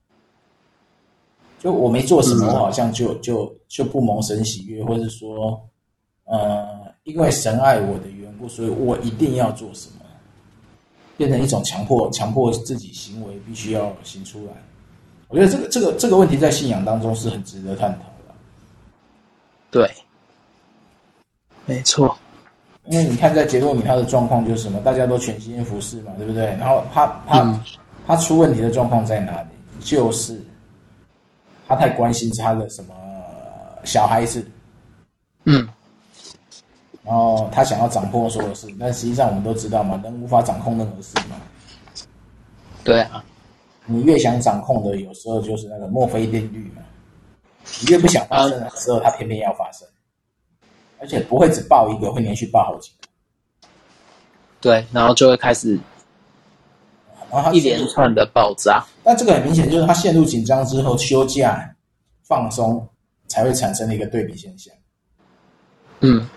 就我没做什么，我好像就就就不蒙神喜悦，或是说，呃，因为神爱我的缘故，所以我一定要做什么，变成一种强迫，强迫自己行为必须要行出来。我觉得这个这个这个问题在信仰当中是很值得探讨的。对， 没错。 因为你看，在杰洛米他的状况就是什么，大家都全心服侍嘛，对不对？然后他他、嗯、他出问题的状况在哪里？就是他太关心他的什么小孩子， 嗯， 然后他想要掌控所有事，但实际上我们都知道嘛，人无法掌控任何事嘛。 对啊， 你越想掌控的，有时候就是那个墨菲定律嘛。你越不想发生的时候，它偏偏要发生。而且不会只爆一个，会连续爆好几个。 对，然后就会开始然后一连串的爆炸。 那这个很明显就是他陷入紧张之后休假放松才会产生的一个对比现象。 嗯，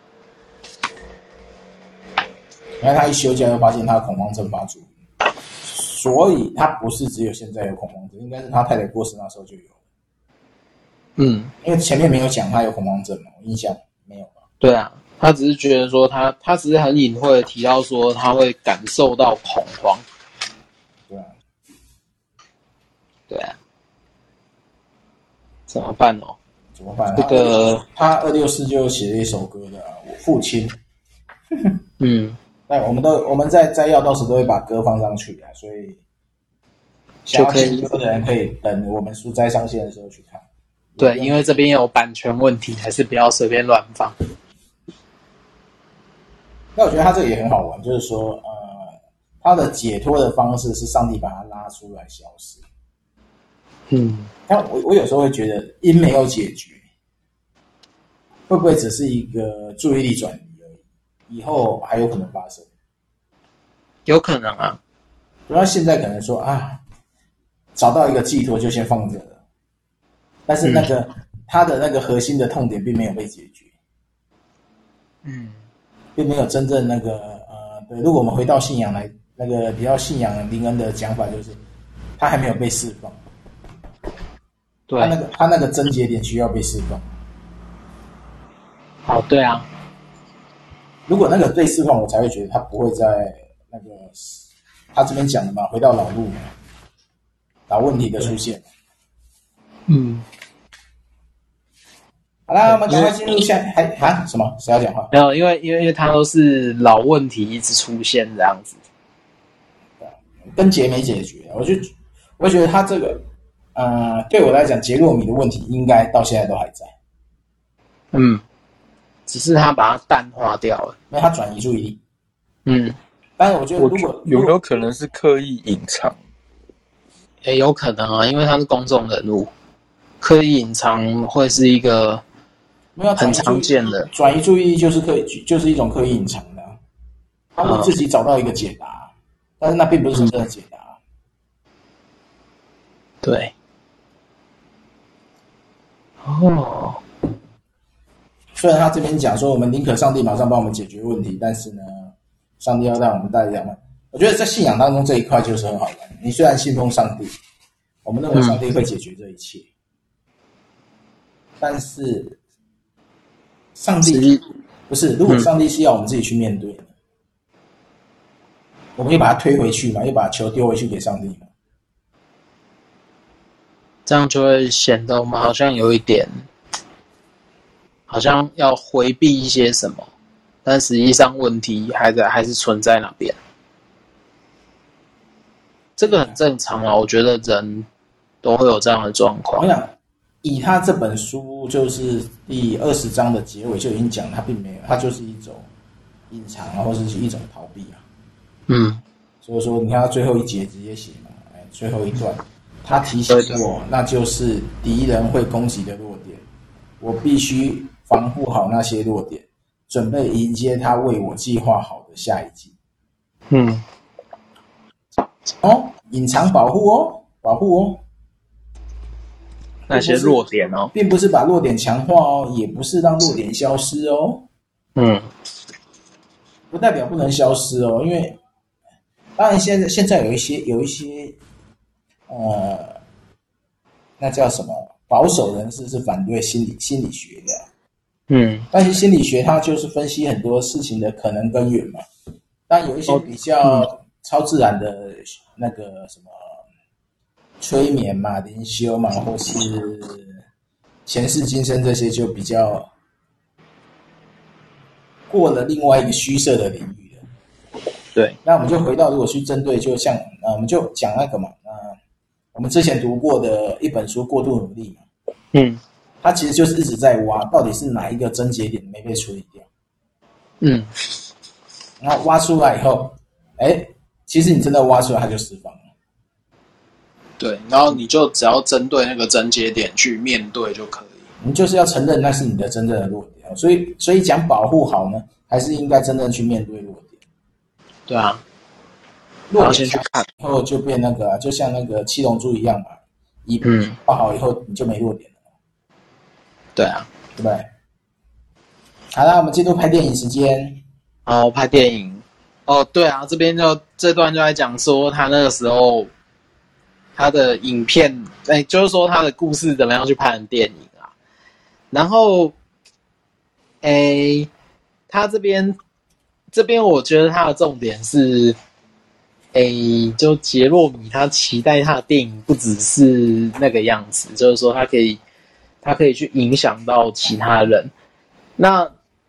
然后他一休假又发现他的恐慌症发作，所以他不是只有现在有恐慌症，应该是他太太过世那时候就有。 嗯， 因为前面没有讲他有恐慌症嘛，我印象没有吧？ 对啊，他只是觉得说他，他只是很隐晦的提到说他会感受到恐慌。 对啊， 对啊，怎么办哦？ 怎么办？ 这个他二六四就写了一首歌的、啊《我父亲》。 嗯， 那我们都我们在摘要到时都会把歌放上去啊，所以就可以想要研究的人可以等我们书斋上线的时候去看。 对，因为这边有版权问题，还是不要随便乱放。 那我觉得他这个也很好玩，就是说，呃，他的解脱的方式是上帝把他拉出来消失。 嗯， 但我我有时候会觉得，因没有解决，会不会只是一个注意力转移而已？以后还有可能发生。 有可能啊。 然后现在可能说啊，找到一个寄托就先放着了，但是那个、嗯、他的那个核心的痛点并没有被解决。 嗯。 并没有真正那个呃，对。如果我们回到信仰来，那个比较信仰灵恩的讲法，就是他还没有被释放。 对， 他那个他那个症结点需要被释放。 好，对啊。 如果那个被释放，我才会觉得他不会在那个他这边讲的嘛，回到老路嘛，老问题的出现。 嗯。 好啦，我们赶快进入下还啊什么？谁要讲话？ 没有，因为因为因为它都是老问题一直出现这样子， 根结没解决。我就我觉得他这个呃，对我来讲，杰洛米的问题应该到现在都还在。 嗯，只是他把它淡化掉了， 因为他转移注意力。 嗯， 但是我觉得如果有没有可能是刻意隐藏？ 也有可能啊，因为他是公众人物，刻意隐藏会是一个。很常见的转移注意力就是刻意，就是一种刻意隐藏的、啊。他为自己找到一个解答，嗯、但是那并不是真正的解答。 对。哦。 虽然他这边讲说，我们宁可上帝马上帮我们解决问题，但是呢，上帝要让我们带两万。我觉得在信仰当中这一块就是很好玩。你虽然信奉上帝，我们认为上帝会解决这一切，嗯、但是。上帝不是，如果上帝是要我们自己去面对的，嗯、我们又把它推回去嘛，又把球丢回去给上帝嘛， 这样就会显得我们好像有一点，好像要回避一些什么，但实际上问题还在，还是存在那边。这个很正常啊，我觉得人都会有这样的状况。 我想。以他这本书就是第二十章的结尾就已经讲，他并没有，他就是一种隐藏啊，或者是一种逃避啊。 嗯， 所以说你看他最后一节直接写嘛，哎，最后一段，他提醒我，那就是敌人会攻击的弱点，我必须防护好那些弱点，准备迎接他为我计划好的下一季。 嗯， 哦，隐藏保护哦，保护哦。 那些弱点哦， 并不是把弱点强化哦，也不是让弱点消失哦。 嗯， 不代表不能消失哦，因为当然现在现在有一些有一些呃，那叫什么保守人士是反对心理心理学的。 嗯， 但是心理学它就是分析很多事情的可能根源嘛。但有一些比较超自然的那个什么。催眠嘛，灵修嘛，或是前世今生这些，就比较过了另外一个虚设的领域了。 对， 那我们就回到，如果去针对，就像呃，我们就讲那个嘛，呃，我们之前读过的一本书《过度努力》嘛， 嗯， 它其实就是一直在挖，到底是哪一个症结点没被处理掉， 嗯， 然后挖出来以后，哎，其实你真的挖出来，它就释放了。 对，然后你就只要针对那个症结点去面对就可以。 你就是要承认那是你的真正的弱点，所以所以讲保护好呢，还是应该真正去面对弱点。 对啊， 弱点先去看， 以后就变那个、啊，就像那个七龙珠一样嘛，一嗯画好以后你就没弱点了。 对啊， 对不对？好了，我们进入拍电影时间。 哦，拍电影。哦，对啊，这边就这段就在讲说他那个时候。他的影片，哎，就是说他的故事怎么样去拍成电影啊？然后，哎，他这边这边我觉得他的重点是，哎，就杰洛米他期待他的电影不只是那个样子，就是说他可以他可以去影响到其他人。那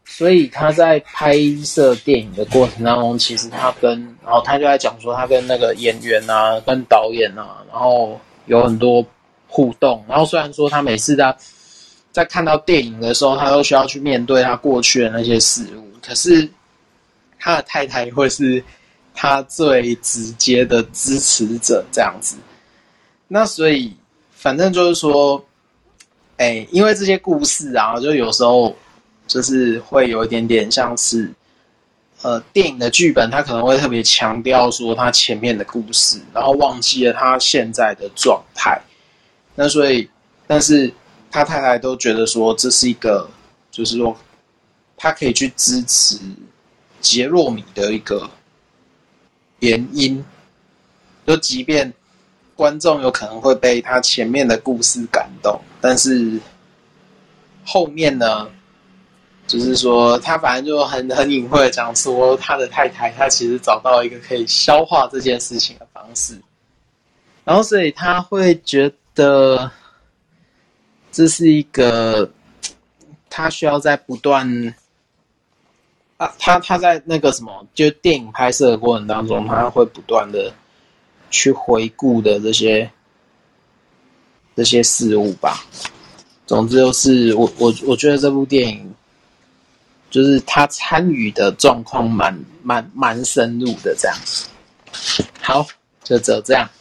所以他在拍摄电影的过程当中，其实他跟，然后他就在讲说，他跟那个演员啊，跟导演啊，然后有很多互动。然后虽然说他每次在在看到电影的时候，他都需要去面对他过去的那些事物，可是他的太太会是他最直接的支持者，这样子。那所以反正就是说，哎，因为这些故事啊，就有时候就是会有一点点像是，呃，电影的剧本，它可能会特别强调说他前面的故事，然后忘记了他现在的状态。那所以，但是他太太都觉得说这是一个，就是说他可以去支持杰洛米的一个原因，就即便观众有可能会被他前面的故事感动，但是后面呢，就是说他反正就很很隐晦的讲说，他的太太他其实找到一个可以消化这件事情的方式，然后所以他会觉得这是一个他需要在不断啊，他他在那个什么，就电影拍摄的过程当中，他会不断的去回顾的这些这些事物吧。总之就是我我我觉得这部电影就是他参与的状况蛮蛮蛮深入的这样。好，就只有这样。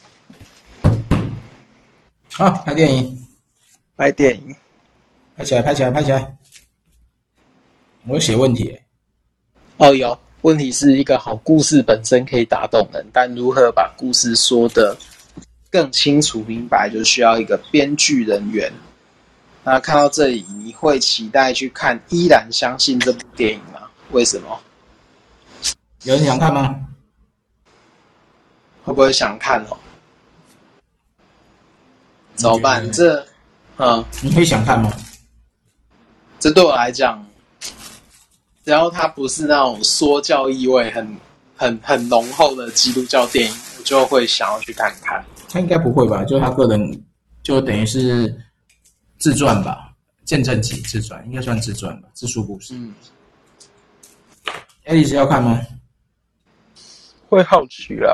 好，拍电影， 拍电影， 拍起来，拍起来，拍起来。我有写问题耶。 哦，有问题是一个好故事本身可以打动人，但如何把故事说得更清楚明白，就需要一个编剧人员。那看到这里，你会期待去看《依然相信》这部电影吗？为什么？ 有人想看吗？ 会不会想看哦？怎么办？这，嗯， 你会想看吗？ 这对我来讲，只要它不是那种说教意味很、很、很浓厚的基督教电影，我就会想要去看看。 他应该不会吧？就他个人，就等于是自传吧，见证集自传，应该算自传吧，自述故事。 嗯， 爱丽丝要看吗？ 会好奇啦。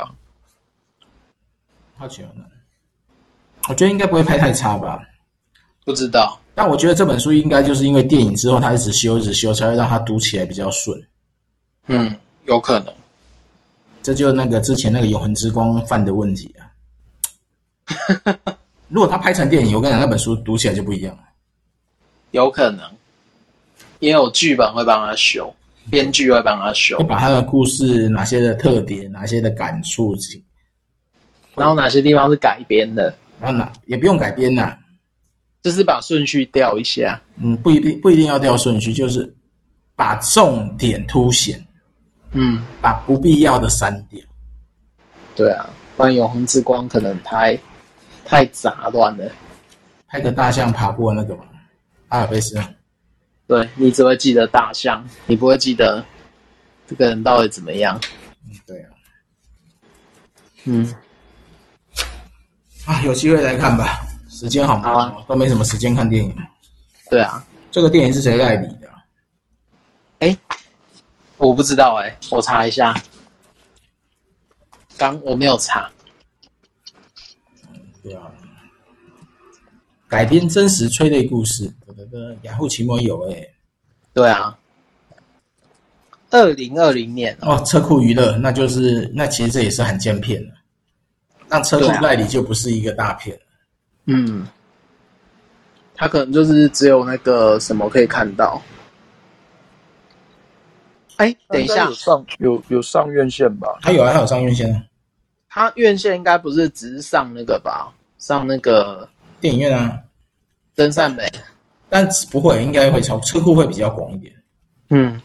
好奇哦，我觉得应该不会拍太差吧。 不知道。 但我觉得这本书应该就是因为电影之后，他一直修一直修，才会让他读起来比较顺。 嗯，有可能。 这就那个之前那个《永恒之光》犯的问题啊。如果他拍成电影，我跟你讲，那本书读起来就不一样了。 有可能，也有剧本会帮他修，编剧会帮他修， 会把他的故事哪些的特点、哪些的感触， 然后哪些地方是改编的， 然后哪也不用改编啦。 就是把顺序调一下。 嗯，不一定不一定要调顺序，就是把重点凸显， 嗯， 把不必要的删掉。 对啊，不然永恒之光可能太太杂乱了。 拍个大象爬过那个嘛，阿尔卑斯。 对，你只会记得大象，你不会记得这个人到底怎么样。 嗯，对啊。 嗯， 啊，有机会来看吧。时间好忙、哦， 好啊， 都没什么时间看电影。 对啊， 这个电影是谁代理的？ 哎，我不知道哎、欸，我查一下。刚我没有查。 对啊，改编真实催泪故事，雅虎奇摩有哎、欸。 对啊，二零二零年哦，车库娱乐，那就是那其实这也是罕见片了，让车库代理就不是一个大片。 嗯，他可能就是只有那个什么可以看到。哎，等一下， 有上有有上院线吧？ 还有啊，还有上院线啊。 他院线应该不是只是上那个吧？上那个电影院啊， 真善美， 但不会，应该会超车库会比较广一点。 嗯，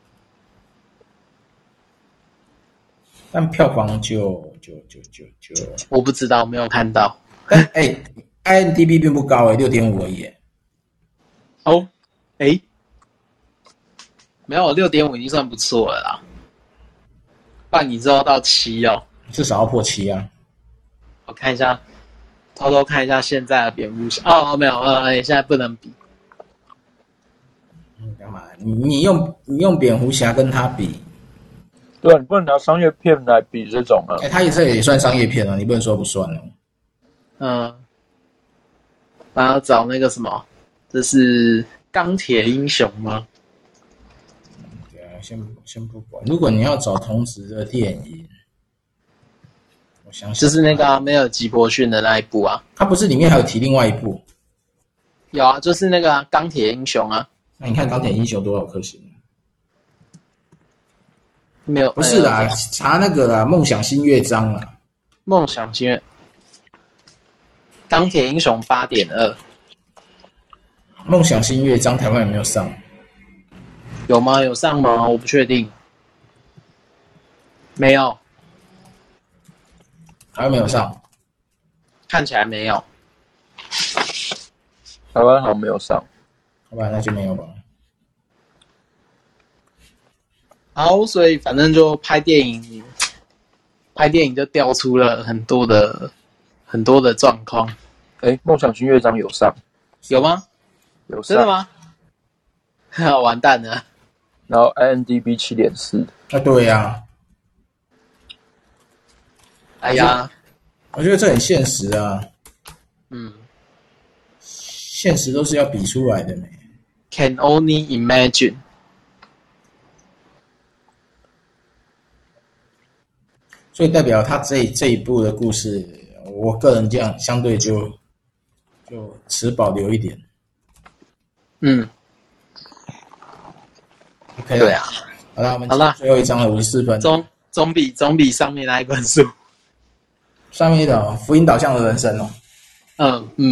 但票房就就就就就， 我不知道，没有看到。 但哎 ，I M D B 并不高哎、欸， 六点五而已、欸。 哦，哎，没有，六点五已经算不错了啦。不然你知道到七哦， 至少要破七啊。 我看一下，偷偷看一下现在的蝙蝠侠。哦，没有，呃，现在不能比。 嗯， 干嘛？你你用你用蝙蝠侠跟他比， 对啊，你不能拿商业片来比这种啊。 哎、欸，他也这也算商业片啊，你不能说不算哦。 嗯，然后找那个什么，这是钢铁英雄吗？ 对啊，先先不管。如果你要找同质的电影，我想想， 就是那个、啊、梅尔吉伯逊的那一部啊。 他不是里面还有提另外一部？ 有啊，就是那个钢、啊、铁英雄啊。 那你看钢铁英雄多少颗星？ 没有， 不是啦，哎、查那个啦，梦想新乐章啦。 梦想新乐，钢铁英雄八点二。 梦想新乐章台湾有没有上？ 有吗？有上吗？我不确定。没有， 台湾没有上， 看起来没有。 台湾好像没有上， 好吧，那就没有吧。 好，所以反正就拍电影，拍电影就调出了很多的很多的状况。 哎，梦想新乐章有上， 有吗？ 有上， 真的吗？完蛋了。 然后 I M D B 七点四。 啊，对呀、啊。 哎呀， 我觉得这很现实啊。 嗯， 现实都是要比出来的呢。 Can only imagine。 所以代表他这这一部的故事，我个人这样相对就就持保留一点。 嗯 ，OK， 对啊。 好了，我们好了， 最后一章了，五十四分， 总总比总比上面那一本书。 上面的福音导向的人生哦。 嗯嗯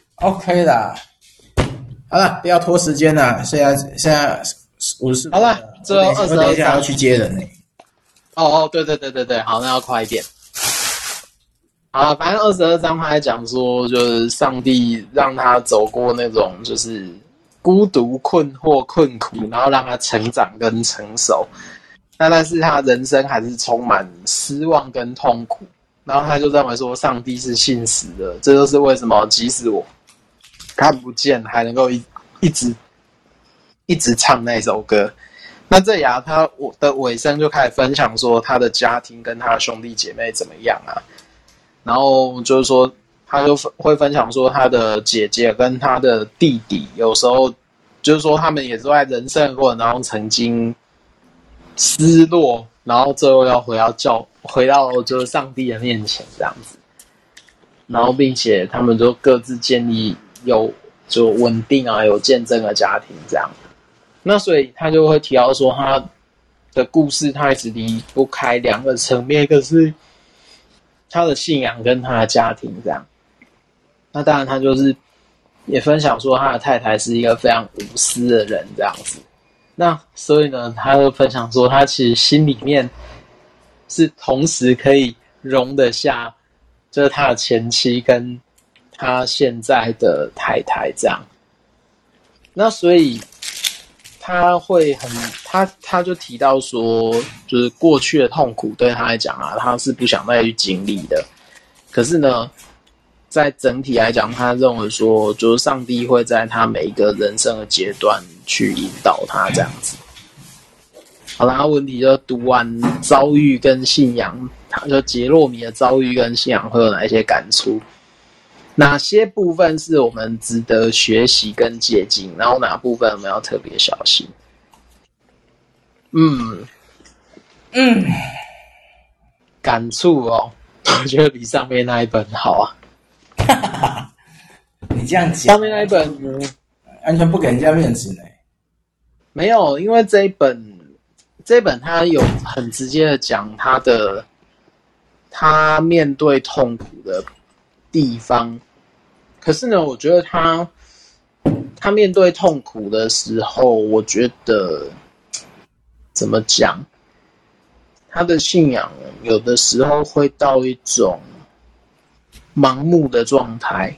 ，OK 啦。好了，不要拖时间了，现在现在五十四。 好了，最后二十二章，等一下要去接人呢、欸。 哦哦，对对对对对，好，那要快一点。好，反正二十二章他还讲说，就是上帝让他走过那种就是孤独、困惑、困苦，然后让他成长跟成熟。那但是他人生还是充满失望跟痛苦。然后他就认为说，上帝是信实的，这就是为什么即使我看不见，还能够一一直一直唱那首歌。那这里啊，他我的尾声就开始分享说他的家庭跟他的兄弟姐妹怎么样啊，然后就是说他就会分享说他的姐姐跟他的弟弟有时候就是说他们也是在人生的过程当中曾经失落，然后最后要回到教回到就是上帝的面前这样子，然后并且他们就各自建立有就稳定啊有见证的家庭这样。那所以他就会提到说，他的故事他一直离不开两个层面，一个是他的信仰跟他的家庭这样。那当然他就是也分享说，他的太太是一个非常无私的人这样子。那所以呢，他就分享说，他其实心里面是同时可以容得下，就是他的前妻跟他现在的太太这样。那所以他会很，他他就提到说，就是过去的痛苦对他来讲啊，他是不想再去经历的。可是呢，在整体来讲，他认为说，就是上帝会在他每一个人生的阶段去引导他这样子。好啦，问题就读完遭遇跟信仰，他就杰洛米的遭遇跟信仰会有哪一些感触？哪些部分是我们值得学习跟借鉴，然后哪部分我们要特别小心？嗯嗯，感触哦，我觉得比上面那一本好啊。你这样讲， 上面那一本、嗯、 完全不给人家面子呢。 没有，因为这一本这一本他有很直接的讲他的他面对痛苦的地方，可是呢，我觉得他他面对痛苦的时候，我觉得怎么讲，他的信仰有的时候会到一种盲目的状态。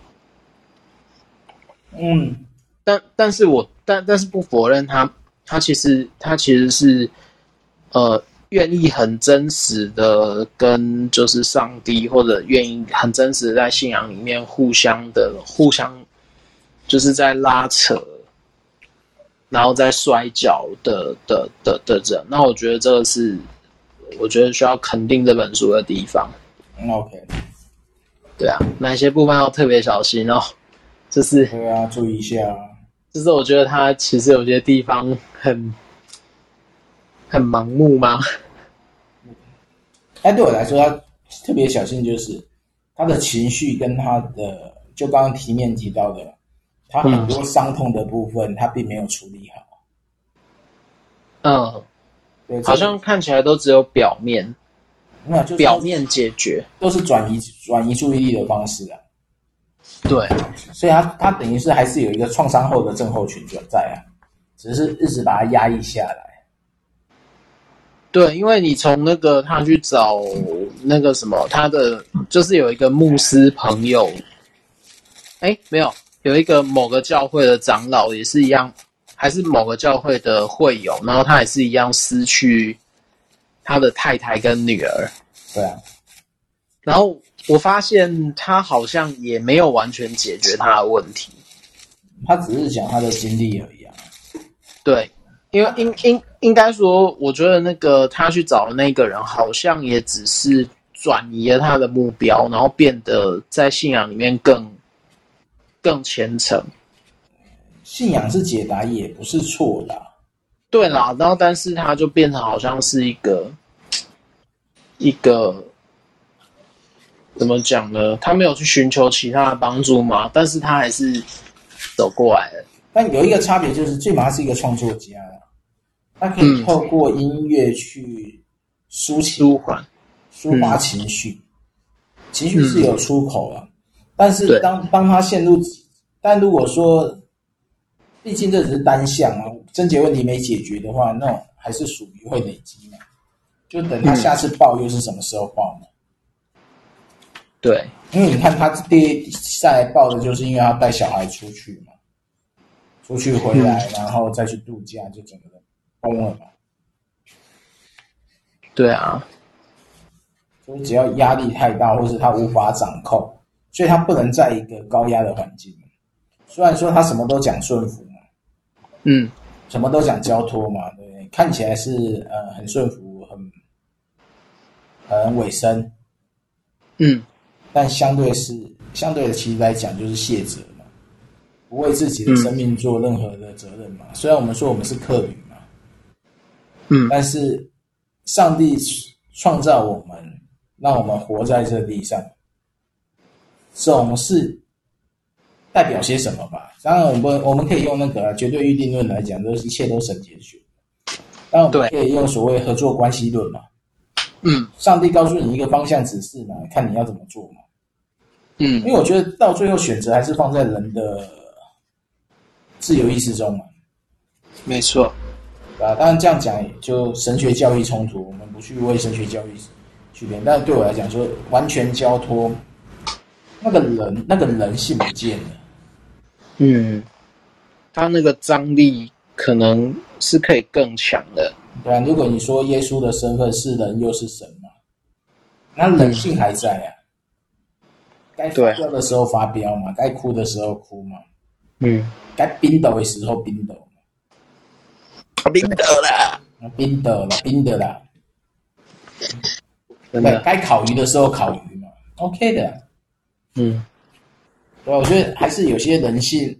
嗯，但但是我但但是不否认他他其实他其实是呃。愿意很真实的跟就是上帝，或者愿意很真实的在信仰里面互相的互相就是在拉扯， 然后再摔跤的的的的人。那我觉得这个是我觉得需要肯定这本书的地方。 嗯 OK， 对啊，哪些部分要特别小心哦？就是对啊，注意一下啊。 就是我觉得他其实有些地方很很盲目吗？ 但对我来说，他特别小心，就是他的情绪跟他的，就刚刚题面提到的，他很多伤痛的部分，他并没有处理好。 嗯， 对， 好像看起来都只有表面， 那就是表面解决， 都是转移转移注意力的方式啊。 对， 所以他他等于是还是有一个创伤后的症候群在啊，只是一直把它压抑下来。 对，因为你从那个他去找那个什么，他的就是有一个牧师朋友，哎，没有，有一个某个教会的长老也是一样，还是某个教会的会友，然后他也是一样失去他的太太跟女儿。 对啊， 然后我发现他好像也没有完全解决他的问题。 他只是讲他的经历而已啊。 对，因为应应应该说，我觉得那个他去找的那个人，好像也只是转移了他的目标，然后变得在信仰里面更更虔诚。 信仰是解答，也不是错的啊。 对啦，然后但是他就变成好像是一个一个怎么讲呢？他没有去寻求其他的帮助嘛，但是他还是走过来了。 但有一个差别就是，最马是一个创作家啊，他可以透过音乐去抒情、 舒缓、 抒发情绪，嗯、情绪是有出口了。但是当当他陷入，但如果说，毕竟这只是单向啊，症结问题没解决的话，那种还是属于会累积嘛。就等他下次爆又是什么时候爆呢？ 对， 因为你看他第下来爆的就是因为他带小孩出去嘛。出去回来，然后再去度假，就整个人崩了嘛。 对啊， 所以只要压力太大，或是他无法掌控，所以他不能在一个高压的环境。虽然说他什么都讲顺服嘛， 嗯， 什么都讲交托嘛，对不对？看起来是呃很顺服，很很委身， 嗯， 但相对是相对的，其实来讲就是卸责。不为自己的生命做任何的责任嘛？嗯、虽然我们说我们是客旅嘛， 嗯， 但是上帝创造我们，让我们活在这地上，总是代表些什么吧？当然，我们我们可以用那个绝对预定论来讲，都一切都神结局。当然，我们可以用所谓合作关系论嘛。 嗯， 上帝告诉你一个方向指示嘛，看你要怎么做嘛。 嗯， 因为我觉得到最后选择还是放在人的自由意识中嘛， 没错， 啊，当然这样讲就神学教义冲突，我们不去为神学教义去辩，但对我来讲说完全交托，那个人那个人性不见了， 嗯，他那个张力可能是可以更强的， 对啊，如果你说耶稣的身份是人又是神嘛，那人性还在啊，该发飙的时候发飙嘛，该哭的时候哭嘛， 嗯。 该冰斗的时候冰斗， 冰斗啦， 冰斗了，冰的啦， 真的， 该烤鱼的时候烤鱼嘛 ，OK 的， 嗯， 对，我觉得还是有些人性，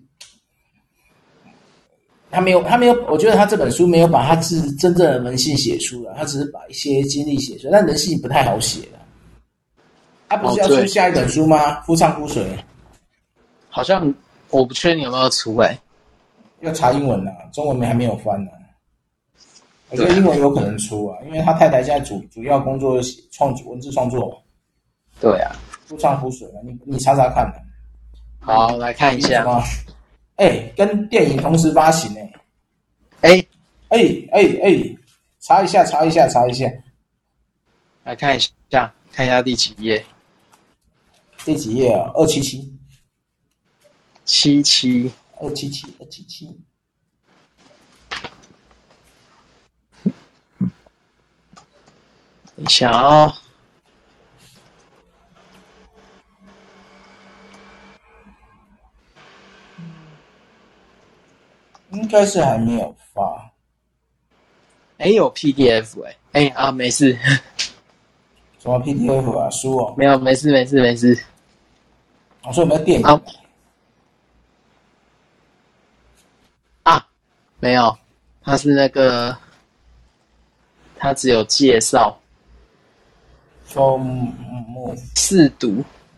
他没有，他没有，我觉得他这本书没有把他自真正的人性写出来，他只是把一些经历写出来，但人性不太好写的。他不是要出下一本书吗？夫唱妇随， 好像。我不确定有没有出诶、欸， 要查英文啊，中文还没有翻呢、啊。我觉得英文有可能出啊，因为他太太现在主主要工作创文字创作。 对啊， 夫唱妇随嘛，你你查查看、啊。 好，来看一下。 哎、欸，跟电影同时发行诶、 欸。 哎哎哎哎，查一下查一下查一下， 来看一下，看一下第几页？ 第几页啊？二七七。 七七二七七二七七， 等一下啊、哦， 应该是还没有发。 哎，有 P D F 哎、欸，哎啊，没事。 什么 P D F 啊？书哦？ 没有，没事，没事，没事。 我说有没有电影啊？啊，没有，它是那个，它只有介绍。 封幕试读，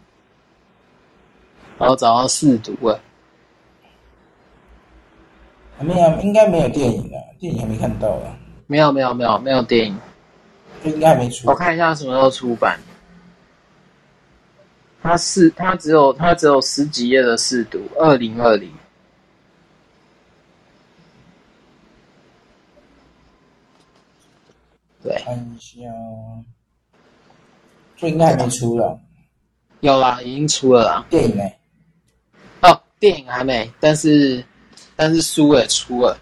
然后找到试读了。 还没有，应该没有电影啊，电影还没看到啊。 没有，没有，没有，没有电影。 就应该还没出。 我看一下什么时候出版。它是它只有它只有十几页的试读，二零二零。对， 看一下，这应该还没出了。 有啦，已经出了啦。 电影呢、欸？ 哦，电影还没，但是但是书也出了。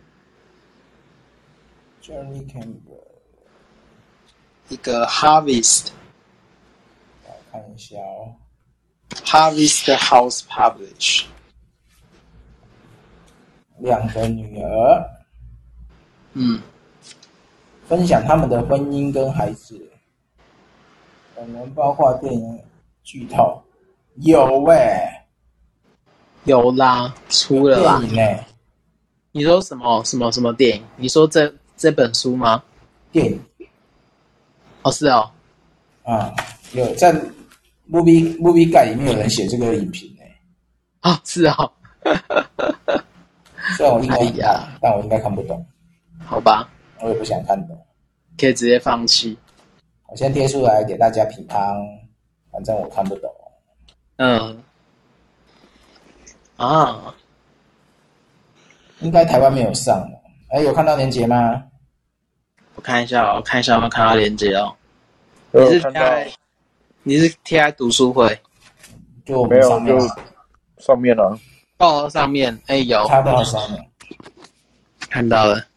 Jerry Campbell， 一个 Harvest， 我看一下哦。 Harvest House Publish， 两个女儿， 嗯， 分享他们的婚姻跟孩子，可能包括电影剧透，有喂、欸， 有啦，出了啦。 电影呢、欸？ 你说什么什么什么电影？你说这这本书吗？ 电影哦，是哦， 啊，有在 movie movie guide 里面有人写这个影评呢、 欸。哦，是哦。 虽然我应该很大、 哎呀， 但我应该看不懂。 好吧， 我也不想看懂， 可以直接放弃。 我先贴出来给大家品汤，反正我看不懂。 嗯，啊， 应该台湾没有上。哎，有看到链接吗？ 我看一下，我看一下有没有看到链接哦。 你你是贴在你是贴在读书会？ 就我没有们上面就上面啊？ 报上面，哎，有插到上面， 看到了。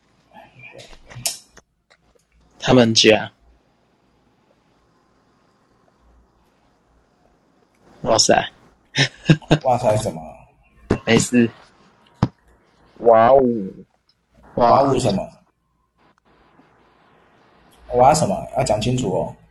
他们家，哇塞， 哇塞什么？ 没事， 哇哦， 哇呜什么？哇什么？要讲清楚哦。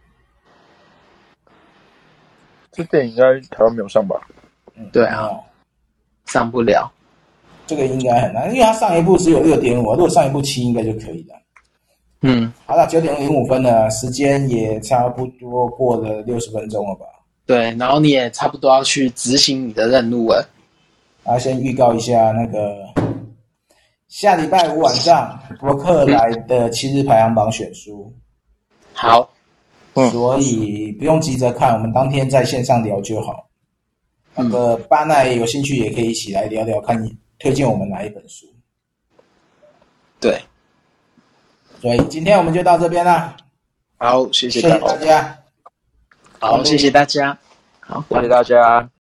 这电影应该台湾没有上吧？ 嗯， 对啊，上不了。 这个应该很难，因为它上一部只有六点五，如果上一部七应该就可以了。 嗯， 好了，九点零五分了，时间也差不多过了六十分钟了吧？ 对，然后你也差不多要去执行你的任务了。 啊，先预告一下那个下礼拜五晚上博客来的七日排行榜选书。 好， 嗯， 所以不用急着看，我们当天在线上聊就好。那个巴奈有兴趣也可以一起来聊聊，看你推荐我们哪一本书。 对， 所以今天我们就到这边啦。 好，谢谢谢谢大家。 大家。 好，谢谢大家。好， 谢谢大家。